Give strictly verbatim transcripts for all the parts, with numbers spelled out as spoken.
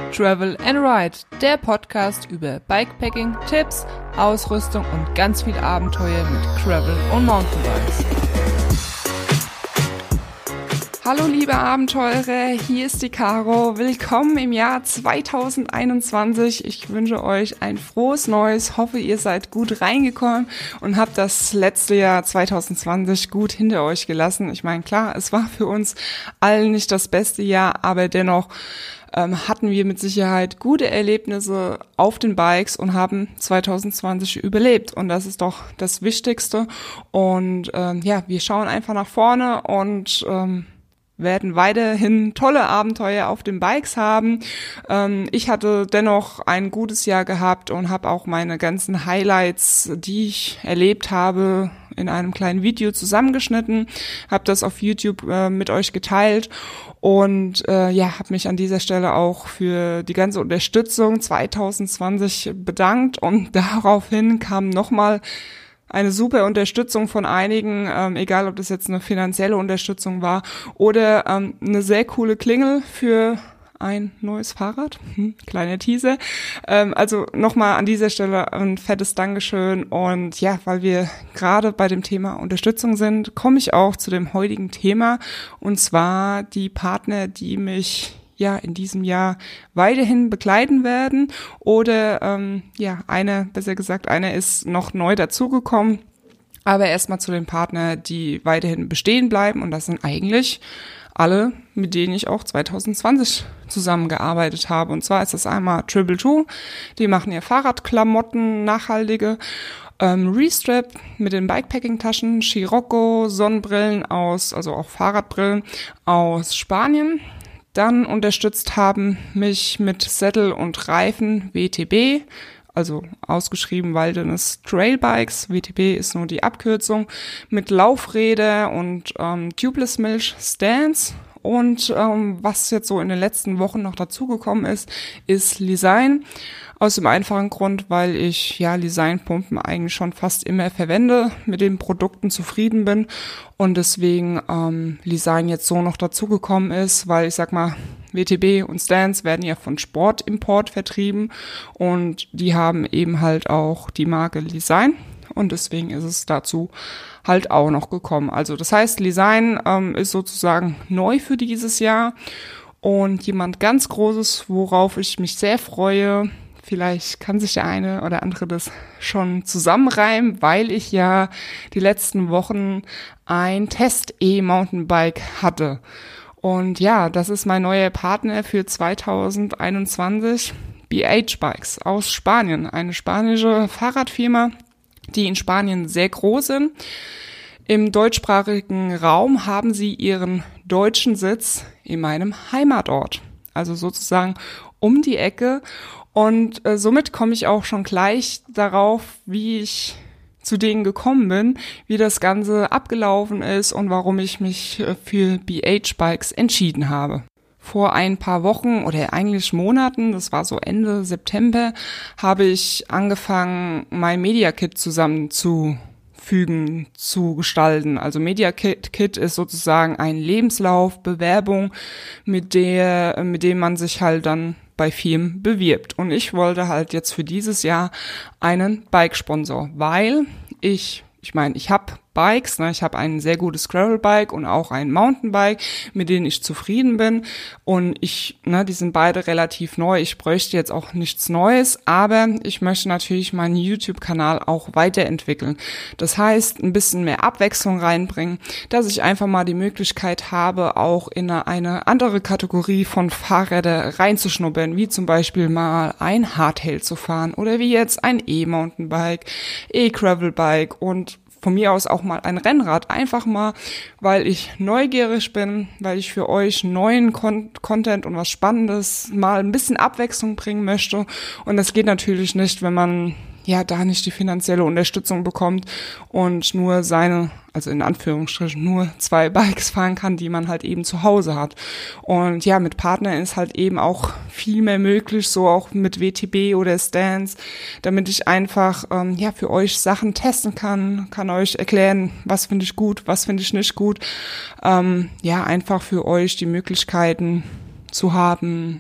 Travel and Ride, der Podcast über Bikepacking, Tipps, Ausrüstung und ganz viel Abenteuer mit Gravel und Mountainbikes. Hallo liebe Abenteurer, hier ist die Caro. Willkommen im Jahr zwanzig einundzwanzig. Ich wünsche euch ein frohes Neues. Hoffe, ihr seid gut reingekommen und habt das letzte Jahr zwanzig zwanzig gut hinter euch gelassen. Ich meine, klar, es war für uns allen nicht das beste Jahr, aber dennoch ähm, hatten wir mit Sicherheit gute Erlebnisse auf den Bikes und haben zwanzig zwanzig überlebt. Und das ist doch das Wichtigste. Und ähm, ja, wir schauen einfach nach vorne und ähm, werden weiterhin tolle Abenteuer auf den Bikes haben. Ähm, ich hatte dennoch ein gutes Jahr gehabt und habe auch meine ganzen Highlights, die ich erlebt habe, in einem kleinen Video zusammengeschnitten, habe das auf YouTube äh, mit euch geteilt und äh, ja, habe mich an dieser Stelle auch für die ganze Unterstützung zwanzig zwanzig bedankt und daraufhin kam nochmal eine super Unterstützung von einigen, ähm, egal ob das jetzt eine finanzielle Unterstützung war oder ähm, eine sehr coole Klingel für ein neues Fahrrad. Hm, kleiner Teaser. Ähm, also nochmal an dieser Stelle ein fettes Dankeschön. Und ja, weil wir gerade bei dem Thema Unterstützung sind, komme ich auch zu dem heutigen Thema. Und zwar die Partner, die mich ja in diesem Jahr weiterhin begleiten werden oder ähm, ja, einer, besser gesagt, einer ist noch neu dazugekommen, aber erstmal zu den Partnern, die weiterhin bestehen bleiben und das sind eigentlich alle, mit denen ich auch zwanzig zwanzig zusammengearbeitet habe. Und zwar ist das einmal Triple Two, die machen ihr Fahrradklamotten, nachhaltige, ähm, Restrap mit den Bikepacking-Taschen, Scirocco, Sonnenbrillen aus, also auch Fahrradbrillen aus Spanien. Dann unterstützt haben mich mit Sättel und Reifen W T B, also ausgeschrieben Wilderness Trail Bikes. W T B ist nur die Abkürzung, mit Laufräder und ähm, Tubeless Milch Stands. Und ähm, was jetzt so in den letzten Wochen noch dazugekommen ist, ist Lesign. Aus dem einfachen Grund, weil ich ja Lesign-Pumpen eigentlich schon fast immer verwende, mit den Produkten zufrieden bin und deswegen ähm, Lesign jetzt so noch dazugekommen ist, weil ich sag mal, W T B und Stans werden ja von Sportimport vertrieben und die haben eben halt auch die Marke Lesign und deswegen ist es dazu halt auch noch gekommen. Also das heißt, Lesign ähm, ist sozusagen neu für dieses Jahr und jemand ganz Großes, worauf ich mich sehr freue. Vielleicht kann sich der eine oder andere das schon zusammenreimen, weil ich ja die letzten Wochen ein Test-E-Mountainbike hatte. Und ja, das ist mein neuer Partner für zwanzig einundzwanzig, B H Bikes aus Spanien. Eine spanische Fahrradfirma, die in Spanien sehr groß sind. Im deutschsprachigen Raum haben sie ihren deutschen Sitz in meinem Heimatort, also sozusagen um die Ecke. Und äh, somit komme ich auch schon gleich darauf, wie ich zu denen gekommen bin, wie das Ganze abgelaufen ist und warum ich mich äh, für B H Bikes entschieden habe. Vor ein paar Wochen oder eigentlich Monaten, das war so Ende September, habe ich angefangen, mein Media Kit zusammenzufügen, zu gestalten. Also Media Kit, Kit ist sozusagen ein Lebenslauf, Bewerbung, mit der, mit dem man sich halt dann bei Firmen bewirbt. Und ich wollte halt jetzt für dieses Jahr einen Bike-Sponsor, weil ich, ich meine, ich habe Bikes, ne? Ich habe ein sehr gutes Gravel-Bike und auch ein Mountainbike, mit denen ich zufrieden bin und ich, ne, die sind beide relativ neu. Ich bräuchte jetzt auch nichts Neues, aber ich möchte natürlich meinen YouTube-Kanal auch weiterentwickeln. Das heißt, ein bisschen mehr Abwechslung reinbringen, dass ich einfach mal die Möglichkeit habe, auch in eine, eine andere Kategorie von Fahrrädern reinzuschnuppern, wie zum Beispiel mal ein Hardtail zu fahren oder wie jetzt ein E-Mountainbike, E-Gravel-Bike und von mir aus auch mal ein Rennrad, einfach mal, weil ich neugierig bin, weil ich für euch neuen Con- Content und was Spannendes mal ein bisschen Abwechslung bringen möchte. Und das geht natürlich nicht, wenn man ja da nicht die finanzielle Unterstützung bekommt und nur seine, also in Anführungsstrichen, nur zwei Bikes fahren kann, die man halt eben zu Hause hat. Und ja, mit Partnern ist halt eben auch viel mehr möglich, so auch mit W T B oder Stans, damit ich einfach ähm, ja für euch Sachen testen kann, kann euch erklären, was finde ich gut, was finde ich nicht gut. Ähm, ja, einfach für euch die Möglichkeiten zu haben,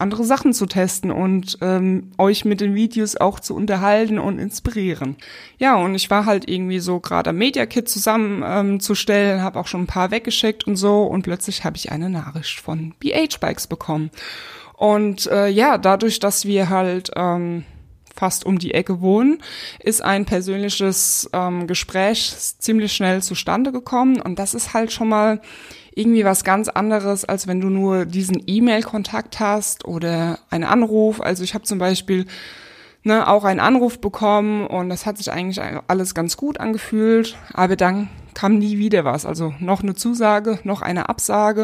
andere Sachen zu testen und ähm, euch mit den Videos auch zu unterhalten und inspirieren. Ja, und ich war halt irgendwie so gerade am Media Kit zusammenzustellen, ähm, habe auch schon ein paar weggeschickt und so und plötzlich habe ich eine Nachricht von B H Bikes bekommen. Und äh, ja, dadurch, dass wir halt ähm, fast um die Ecke wohnen, ist ein persönliches ähm, Gespräch ziemlich schnell zustande gekommen und das ist halt schon mal irgendwie was ganz anderes, als wenn du nur diesen E-Mail-Kontakt hast oder einen Anruf. Also ich habe zum Beispiel ne, auch einen Anruf bekommen und das hat sich eigentlich alles ganz gut angefühlt, aber dann kam nie wieder was. Also noch eine Zusage, noch eine Absage.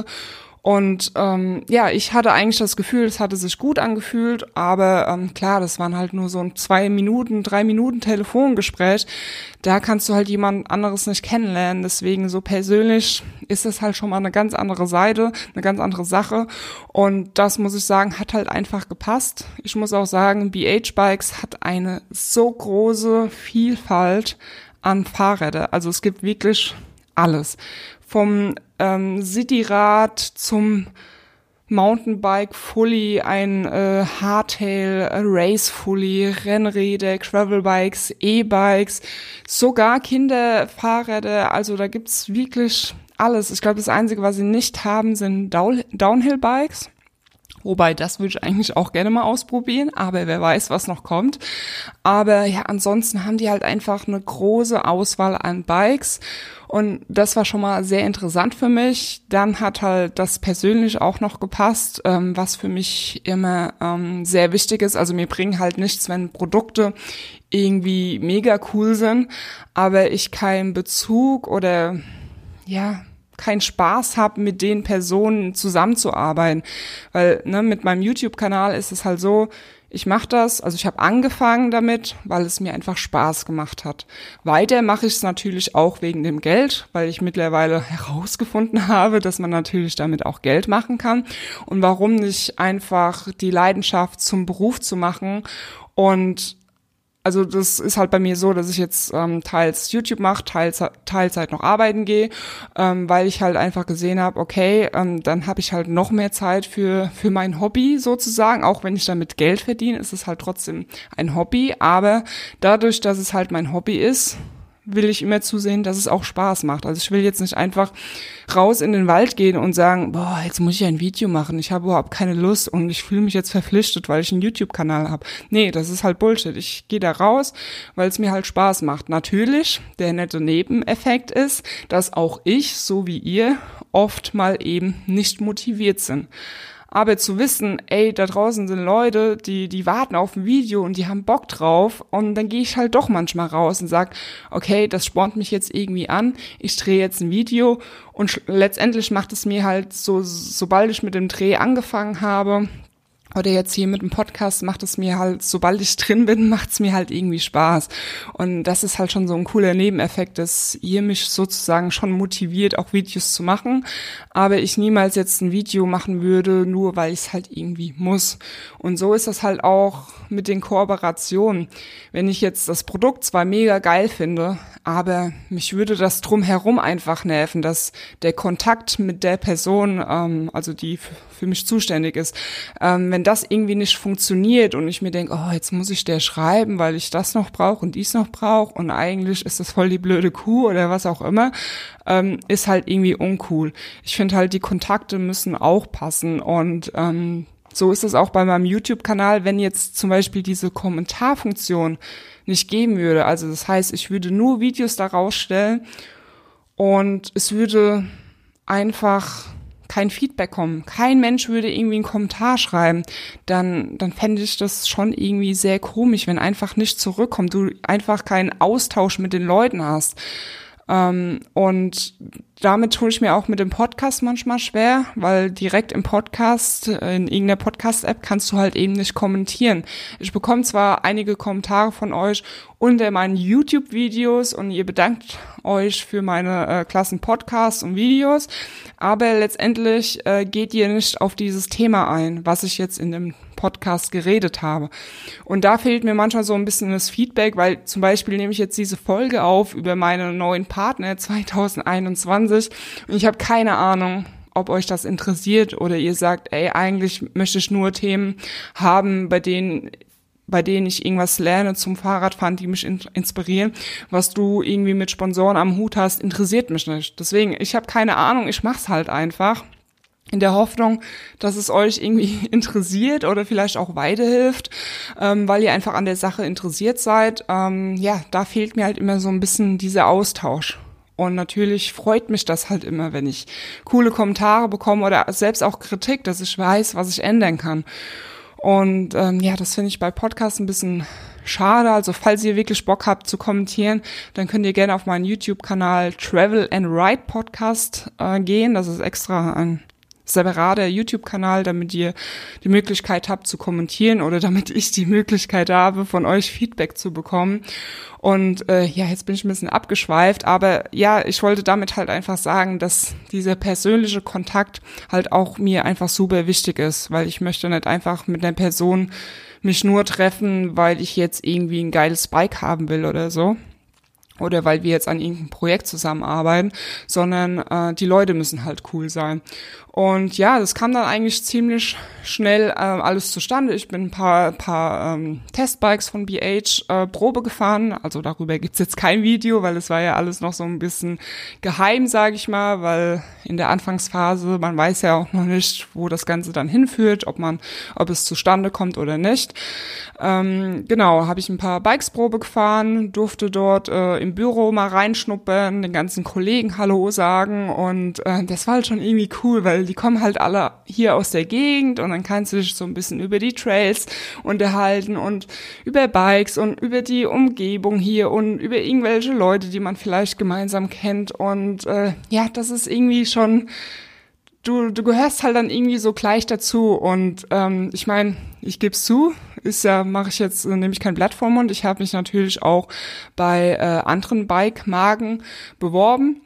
Und ähm, ja, ich hatte eigentlich das Gefühl, es hatte sich gut angefühlt, aber ähm, klar, das waren halt nur so ein zwei Minuten, drei Minuten Telefongespräch. Da kannst du halt jemand anderes nicht kennenlernen. Deswegen so persönlich ist es halt schon mal eine ganz andere Seite, eine ganz andere Sache. Und das, muss ich sagen, hat halt einfach gepasst. Ich muss auch sagen, B H Bikes hat eine so große Vielfalt an Fahrrädern. Also es gibt wirklich alles. Vom ähm, Cityrad zum Mountainbike Fully, ein äh, Hardtail, äh, Race Fully, Rennräder, Gravelbikes, E-Bikes, sogar Kinderfahrräder. Also da gibt's wirklich alles. Ich glaube, das Einzige, was sie nicht haben, sind Down- Downhill-Bikes. Wobei, das würde ich eigentlich auch gerne mal ausprobieren, aber wer weiß, was noch kommt. Aber ja, ansonsten haben die halt einfach eine große Auswahl an Bikes und das war schon mal sehr interessant für mich. Dann hat halt das persönlich auch noch gepasst, ähm, was für mich immer ähm, sehr wichtig ist. Also mir bringen halt nichts, wenn Produkte irgendwie mega cool sind, aber ich keinen Bezug oder ja, keinen Spaß habe, mit den Personen zusammenzuarbeiten. Weil ne, mit meinem YouTube-Kanal ist es halt so, ich mache das, also ich habe angefangen damit, weil es mir einfach Spaß gemacht hat. Weiter mache ich es natürlich auch wegen dem Geld, weil ich mittlerweile herausgefunden habe, dass man natürlich damit auch Geld machen kann. Und warum nicht einfach die Leidenschaft zum Beruf zu machen und also das ist halt bei mir so, dass ich jetzt ähm, teils YouTube mache, teils Teilzeit noch arbeiten gehe, ähm, weil ich halt einfach gesehen habe, okay, ähm, dann habe ich halt noch mehr Zeit für für mein Hobby sozusagen. Auch wenn ich damit Geld verdiene, ist es halt trotzdem ein Hobby. Aber dadurch, dass es halt mein Hobby ist, will ich immer zusehen, dass es auch Spaß macht. Also ich will jetzt nicht einfach raus in den Wald gehen und sagen, boah, jetzt muss ich ein Video machen. Ich habe überhaupt keine Lust und ich fühle mich jetzt verpflichtet, weil ich einen YouTube-Kanal habe. Nee, das ist halt Bullshit. Ich gehe da raus, weil es mir halt Spaß macht. Natürlich, der nette Nebeneffekt ist, dass auch ich, so wie ihr, oft mal eben nicht motiviert sind. Aber zu wissen, ey, da draußen sind Leute, die die warten auf ein Video und die haben Bock drauf und dann gehe ich halt doch manchmal raus und sag, okay, das spornt mich jetzt irgendwie an, ich drehe jetzt ein Video und sch- letztendlich macht es mir halt so, sobald ich mit dem Dreh angefangen habe, oder jetzt hier mit dem Podcast macht es mir halt, sobald ich drin bin, macht es mir halt irgendwie Spaß. Und das ist halt schon so ein cooler Nebeneffekt, dass ihr mich sozusagen schon motiviert, auch Videos zu machen. Aber ich niemals jetzt ein Video machen würde, nur weil ich es halt irgendwie muss. Und so ist das halt auch mit den Kooperationen. Wenn ich jetzt das Produkt zwar mega geil finde, aber mich würde das drumherum einfach nerven, dass der Kontakt mit der Person, ähm, also die f- für mich zuständig ist, ähm, wenn das irgendwie nicht funktioniert und ich mir denke, oh, jetzt muss ich der schreiben, weil ich das noch brauche und dies noch brauche und eigentlich ist das voll die blöde Kuh oder was auch immer, ähm, ist halt irgendwie uncool. Ich finde halt, die Kontakte müssen auch passen und ähm, so ist es auch bei meinem YouTube-Kanal, wenn jetzt zum Beispiel diese Kommentarfunktion nicht geben würde. Also das heißt, ich würde nur Videos da rausstellen und es würde einfach kein Feedback kommen. Kein Mensch würde irgendwie einen Kommentar schreiben. Dann, dann fände ich das schon irgendwie sehr komisch, wenn einfach nicht zurückkommt, du einfach keinen Austausch mit den Leuten hast. Ähm, und damit tue ich mir auch mit dem Podcast manchmal schwer, weil direkt im Podcast, in irgendeiner Podcast-App kannst du halt eben nicht kommentieren. Ich bekomme zwar einige Kommentare von euch unter meinen YouTube-Videos und ihr bedankt euch für meine äh, klassen Podcasts und Videos, aber letztendlich äh, geht ihr nicht auf dieses Thema ein, was ich jetzt in dem Podcast geredet habe. Und da fehlt mir manchmal so ein bisschen das Feedback, weil zum Beispiel nehme ich jetzt diese Folge auf über meine neuen Partner zwanzig einundzwanzig und ich habe keine Ahnung, ob euch das interessiert oder ihr sagt, ey, eigentlich möchte ich nur Themen haben, bei denen bei denen ich irgendwas lerne zum Fahrradfahren, die mich in- inspirieren. Was du irgendwie mit Sponsoren am Hut hast, interessiert mich nicht. Deswegen, ich habe keine Ahnung, ich mach's halt einfach. In der Hoffnung, dass es euch irgendwie interessiert oder vielleicht auch weiterhilft, ähm, weil ihr einfach an der Sache interessiert seid. Ähm, ja, da fehlt mir halt immer so ein bisschen dieser Austausch. Und natürlich freut mich das halt immer, wenn ich coole Kommentare bekomme oder selbst auch Kritik, dass ich weiß, was ich ändern kann. Und ähm, ja, das finde ich bei Podcasts ein bisschen schade. Also falls ihr wirklich Bock habt zu kommentieren, dann könnt ihr gerne auf meinen YouTube-Kanal Travel and Ride Podcast äh, gehen. Das ist extra ein separater YouTube-Kanal, damit ihr die Möglichkeit habt zu kommentieren oder damit ich die Möglichkeit habe, von euch Feedback zu bekommen. Und äh, ja, jetzt bin ich ein bisschen abgeschweift, aber ja, ich wollte damit halt einfach sagen, dass dieser persönliche Kontakt halt auch mir einfach super wichtig ist, weil ich möchte nicht einfach mit einer Person mich nur treffen, weil ich jetzt irgendwie ein geiles Bike haben will oder so. Oder weil wir jetzt an irgendeinem Projekt zusammenarbeiten, sondern äh, die Leute müssen halt cool sein. Und ja, das kam dann eigentlich ziemlich schnell äh, alles zustande. Ich bin ein paar, paar ähm, Testbikes von B H äh, Probe gefahren. Also darüber gibt's jetzt kein Video, weil es war ja alles noch so ein bisschen geheim, sage ich mal, weil in der Anfangsphase, man weiß ja auch noch nicht, wo das Ganze dann hinführt, ob man, ob es zustande kommt oder nicht. Ähm, genau, habe ich ein paar Bikes Probe gefahren, durfte dort äh, im Büro mal reinschnuppern, den ganzen Kollegen Hallo sagen und äh, das war halt schon irgendwie cool, weil die kommen halt alle hier aus der Gegend und dann kannst du dich so ein bisschen über die Trails unterhalten und über Bikes und über die Umgebung hier und über irgendwelche Leute, die man vielleicht gemeinsam kennt und äh, ja, das ist irgendwie schon, du du gehörst halt dann irgendwie so gleich dazu und ähm, ich meine, ich gebe es zu, ist ja, mache ich jetzt, nehme ich kein Blatt vom Mund, ich habe mich natürlich auch bei äh, anderen Bike-Marken beworben.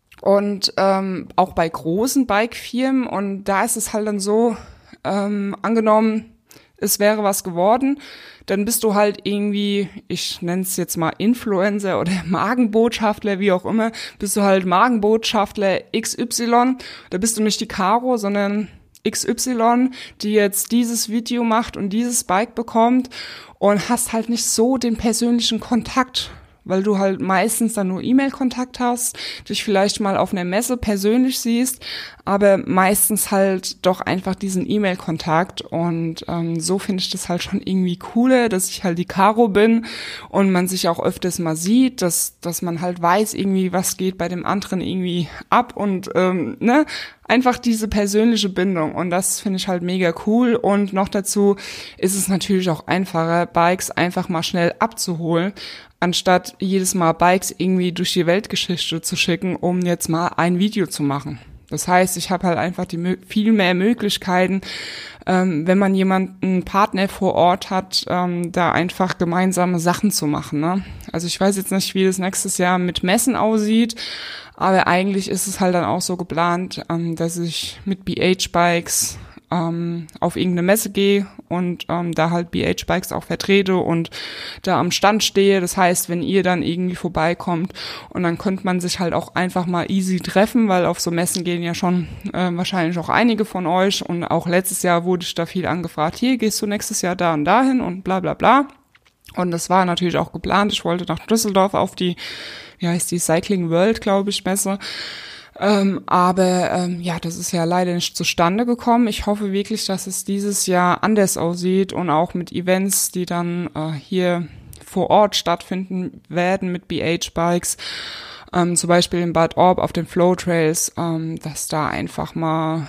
Und ähm, auch bei großen Bike-Firmen und da ist es halt dann so, ähm, angenommen, es wäre was geworden, dann bist du halt irgendwie, ich nenne es jetzt mal Influencer oder Markenbotschafter, wie auch immer, bist du halt Markenbotschafter X Y, da bist du nicht die Caro, sondern X Y, die jetzt dieses Video macht und dieses Bike bekommt und hast halt nicht so den persönlichen Kontakt, weil du halt meistens dann nur E-Mail-Kontakt hast, dich vielleicht mal auf einer Messe persönlich siehst, aber meistens halt doch einfach diesen E-Mail-Kontakt und ähm, so finde ich das halt schon irgendwie cooler, dass ich halt die Caro bin und man sich auch öfters mal sieht, dass dass man halt weiß irgendwie, was geht bei dem anderen irgendwie ab und ähm, ne, einfach diese persönliche Bindung und das finde ich halt mega cool und noch dazu ist es natürlich auch einfacher, Bikes einfach mal schnell abzuholen, anstatt jedes Mal Bikes irgendwie durch die Weltgeschichte zu schicken, um jetzt mal ein Video zu machen. Das heißt, ich habe halt einfach die viel mehr Möglichkeiten, ähm, wenn man jemanden, einen Partner vor Ort hat, ähm, da einfach gemeinsame Sachen zu machen. Ne? Also ich weiß jetzt nicht, wie das nächstes Jahr mit Messen aussieht, aber eigentlich ist es halt dann auch so geplant, ähm, dass ich mit B H-Bikes ähm, auf irgendeine Messe gehe und ähm, da halt B H-Bikes auch vertrete und da am Stand stehe. Das heißt, wenn ihr dann irgendwie vorbeikommt und dann könnte man sich halt auch einfach mal easy treffen, weil auf so Messen gehen ja schon äh, wahrscheinlich auch einige von euch und auch letztes Jahr wurde ich da viel angefragt, hier gehst du nächstes Jahr da und dahin und bla bla bla. Und das war natürlich auch geplant. Ich wollte nach Düsseldorf auf die, wie heißt die, Cycling World, glaube ich, Messe. Ähm, aber ähm, ja, das ist ja leider nicht zustande gekommen. Ich hoffe wirklich, dass es dieses Jahr anders aussieht und auch mit Events, die dann äh, hier vor Ort stattfinden werden mit B H-Bikes, ähm, zum Beispiel in Bad Orb auf den Flow Trails, ähm, dass da einfach mal,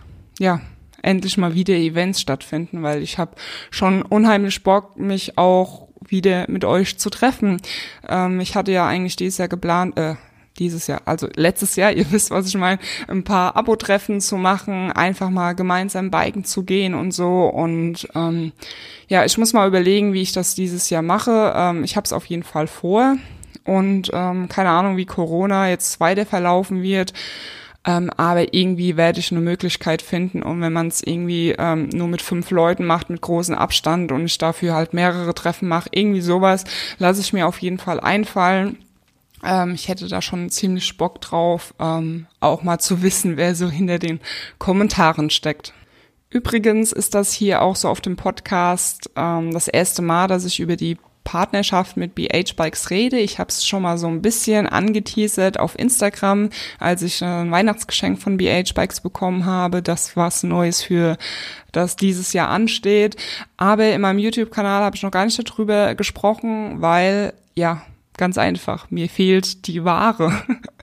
ja, endlich mal wieder Events stattfinden, weil ich habe schon unheimlich Bock, mich auch wieder mit euch zu treffen. Ähm, ich hatte ja eigentlich dieses Jahr geplant, äh, dieses Jahr, also letztes Jahr, ihr wisst, was ich meine, ein paar Abo-Treffen zu machen, einfach mal gemeinsam biken zu gehen und so und ähm, ja, ich muss mal überlegen, wie ich das dieses Jahr mache. Ähm, ich habe es auf jeden Fall vor und ähm, keine Ahnung, wie Corona jetzt weiter verlaufen wird. Ähm, aber irgendwie werde ich eine Möglichkeit finden und wenn man es irgendwie ähm, nur mit fünf Leuten macht, mit großem Abstand und ich dafür halt mehrere Treffen mache, irgendwie sowas, lasse ich mir auf jeden Fall einfallen. Ähm, ich hätte da schon ziemlich Bock drauf, ähm, auch mal zu wissen, wer so hinter den Kommentaren steckt. Übrigens ist das hier auch so auf dem Podcast ähm, das erste Mal, dass ich über die Partnerschaft mit B H Bikes rede. Ich habe es schon mal so ein bisschen angeteasert auf Instagram, als ich ein Weihnachtsgeschenk von B H Bikes bekommen habe. Das was Neues für das dieses Jahr ansteht. Aber in meinem YouTube-Kanal habe ich noch gar nicht darüber gesprochen, weil, ja, ganz einfach, mir fehlt die Ware.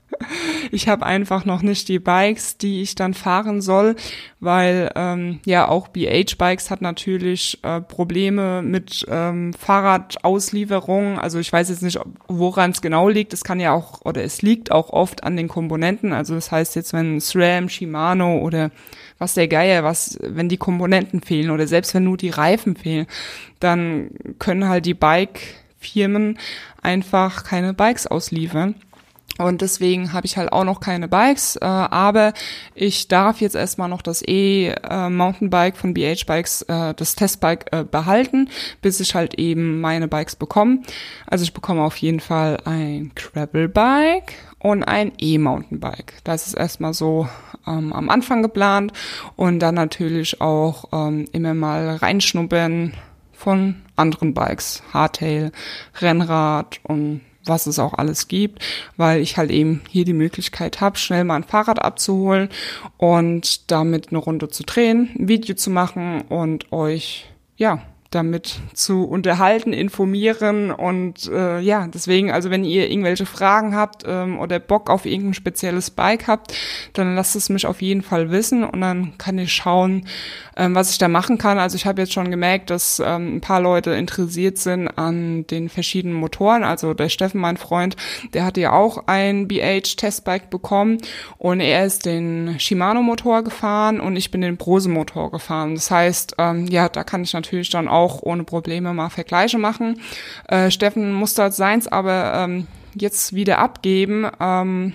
Ich habe einfach noch nicht die Bikes, die ich dann fahren soll, weil ähm, ja auch B H Bikes hat natürlich äh, Probleme mit ähm, Fahrradauslieferung. Also ich weiß jetzt nicht, woran es genau liegt. Es kann ja auch, oder es liegt auch oft an den Komponenten. Also das heißt jetzt, wenn SRAM, Shimano oder was der Geier, was, wenn die Komponenten fehlen oder selbst wenn nur die Reifen fehlen, dann können halt die Bike-Firmen einfach keine Bikes ausliefern. Und deswegen habe ich halt auch noch keine Bikes, äh, aber ich darf jetzt erstmal noch das E-Mountainbike von B H Bikes, äh, das Testbike äh, behalten, bis ich halt eben meine Bikes bekomme. Also ich bekomme auf jeden Fall ein Gravelbike und ein E-Mountainbike. Das ist erstmal so ähm, am Anfang geplant und dann natürlich auch ähm, immer mal reinschnuppern von anderen Bikes, Hardtail, Rennrad und was es auch alles gibt, weil ich halt eben hier die Möglichkeit habe, schnell mal ein Fahrrad abzuholen und damit eine Runde zu drehen, ein Video zu machen und euch, ja, damit zu unterhalten, informieren und äh, ja, deswegen, also wenn ihr irgendwelche Fragen habt ähm, oder Bock auf irgendein spezielles Bike habt, dann lasst es mich auf jeden Fall wissen und dann kann ich schauen, ähm, was ich da machen kann. Also ich habe jetzt schon gemerkt, dass ähm, ein paar Leute interessiert sind an den verschiedenen Motoren. Also der Steffen, mein Freund, der hatte ja auch ein B H-Testbike bekommen und er ist den Shimano-Motor gefahren und ich bin den Brose-Motor gefahren. Das heißt, ähm, ja, da kann ich natürlich dann auch auch ohne Probleme mal Vergleiche machen. Äh, Steffen musste halt seins aber ähm, jetzt wieder abgeben. Ähm,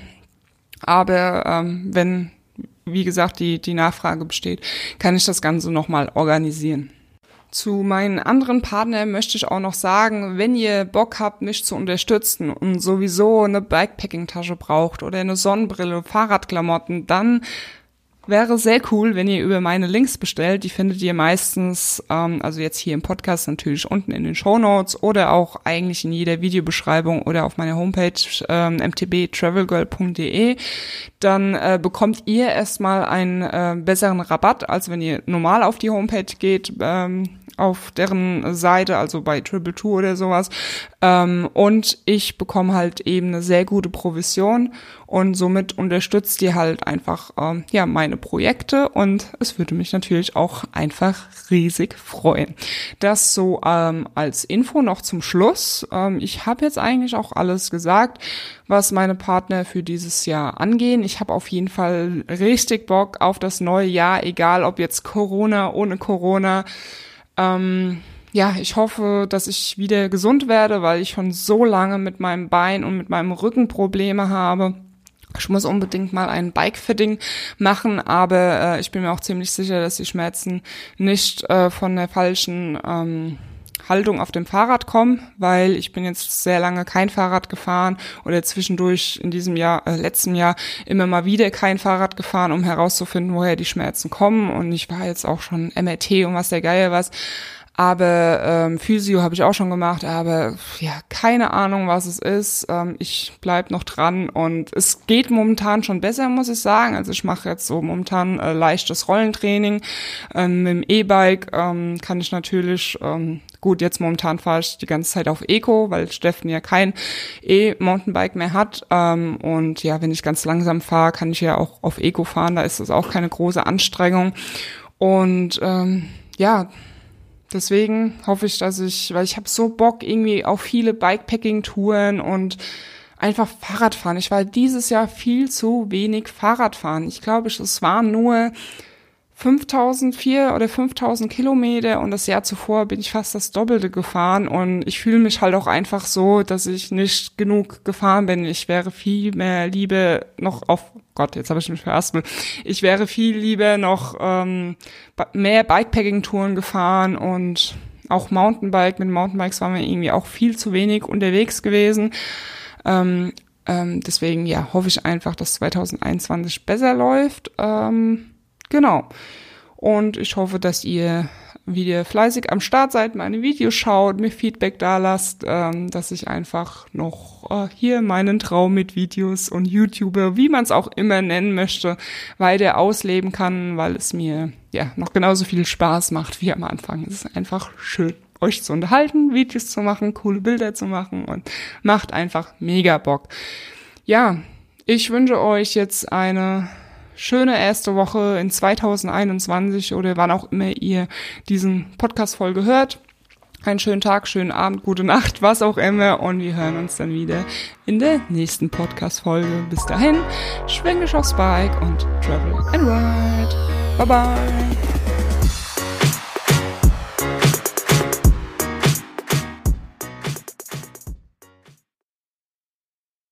aber ähm, wenn, wie gesagt, die, die Nachfrage besteht, kann ich das Ganze nochmal organisieren. Zu meinen anderen Partnern möchte ich auch noch sagen, wenn ihr Bock habt, mich zu unterstützen und sowieso eine Bikepacking-Tasche braucht oder eine Sonnenbrille, Fahrradklamotten, dann wäre sehr cool, wenn ihr über meine Links bestellt. Die findet ihr meistens, ähm, also jetzt hier im Podcast natürlich unten in den Shownotes oder auch eigentlich in jeder Videobeschreibung oder auf meiner Homepage ähm, m t b travel girl punkt d e. Dann äh, bekommt ihr erstmal einen äh, besseren Rabatt, als wenn ihr normal auf die Homepage geht, ähm, auf deren Seite, also bei Triple Two oder sowas. Ähm, und ich bekomme halt eben eine sehr gute Provision und somit unterstützt ihr halt einfach ähm, ja meine Projekte und es würde mich natürlich auch einfach riesig freuen. Das so ähm, als Info noch zum Schluss. Ähm, ich habe jetzt eigentlich auch alles gesagt, was meine Partner für dieses Jahr angehen. Ich habe auf jeden Fall richtig Bock auf das neue Jahr, egal ob jetzt Corona, ohne Corona. Ähm, ja, ich hoffe, dass ich wieder gesund werde, weil ich schon so lange mit meinem Bein und mit meinem Rücken Probleme habe. Ich muss unbedingt mal ein Bike-Fitting machen, aber äh, ich bin mir auch ziemlich sicher, dass die Schmerzen nicht äh, von der falschen ähm, Haltung auf dem Fahrrad kommen, weil ich bin jetzt sehr lange kein Fahrrad gefahren oder zwischendurch in diesem Jahr, äh, letzten Jahr immer mal wieder kein Fahrrad gefahren, um herauszufinden, woher die Schmerzen kommen. Und ich war jetzt auch schon M R T und was der Geier was. Aber ähm, Physio habe ich auch schon gemacht, aber ja, keine Ahnung, was es ist. Ähm, ich bleib noch dran und es geht momentan schon besser, muss ich sagen. Also ich mache jetzt so momentan äh, leichtes Rollentraining. Ähm, mit dem E-Bike ähm, kann ich natürlich, ähm, gut, jetzt momentan fahre ich die ganze Zeit auf Eco, weil Steffen ja kein E-Mountainbike mehr hat. Ähm, und ja, wenn ich ganz langsam fahre, kann ich ja auch auf Eco fahren. Da ist das auch keine große Anstrengung. Und ähm, ja, deswegen hoffe ich, dass ich, weil ich habe so Bock irgendwie auf viele Bikepacking-Touren und einfach Fahrradfahren. Ich war dieses Jahr viel zu wenig Fahrradfahren. Ich glaube, es waren nur fünftausend, vier oder fünftausend Kilometer und das Jahr zuvor bin ich fast das Doppelte gefahren und ich fühle mich halt auch einfach so, dass ich nicht genug gefahren bin. Ich wäre viel mehr lieber noch auf, Gott, jetzt habe ich mich verhaspelt, ich wäre viel lieber noch ähm, mehr Bikepacking-Touren gefahren und auch Mountainbike. Mit Mountainbikes waren wir irgendwie auch viel zu wenig unterwegs gewesen. Ähm, Ähm, deswegen, ja, hoffe ich einfach, dass zwanzig einundzwanzig besser läuft. Ähm, genau. Und ich hoffe, dass ihr wieder fleißig am Start seid, meine Videos schaut, mir Feedback da lasst, ähm, dass ich einfach noch äh, hier meinen Traum mit Videos und YouTuber, wie man es auch immer nennen möchte, weiter ausleben kann, weil es mir ja noch genauso viel Spaß macht wie am Anfang. Es ist einfach schön, euch zu unterhalten, Videos zu machen, coole Bilder zu machen und macht einfach mega Bock. Ja, ich wünsche euch jetzt eine schöne erste Woche in zwanzig einundzwanzig oder wann auch immer ihr diesen Podcast-Folge hört. Einen schönen Tag, schönen Abend, gute Nacht, was auch immer. Und wir hören uns dann wieder in der nächsten Podcast-Folge. Bis dahin, schwing dich aufs Bike und travel and ride. Bye bye.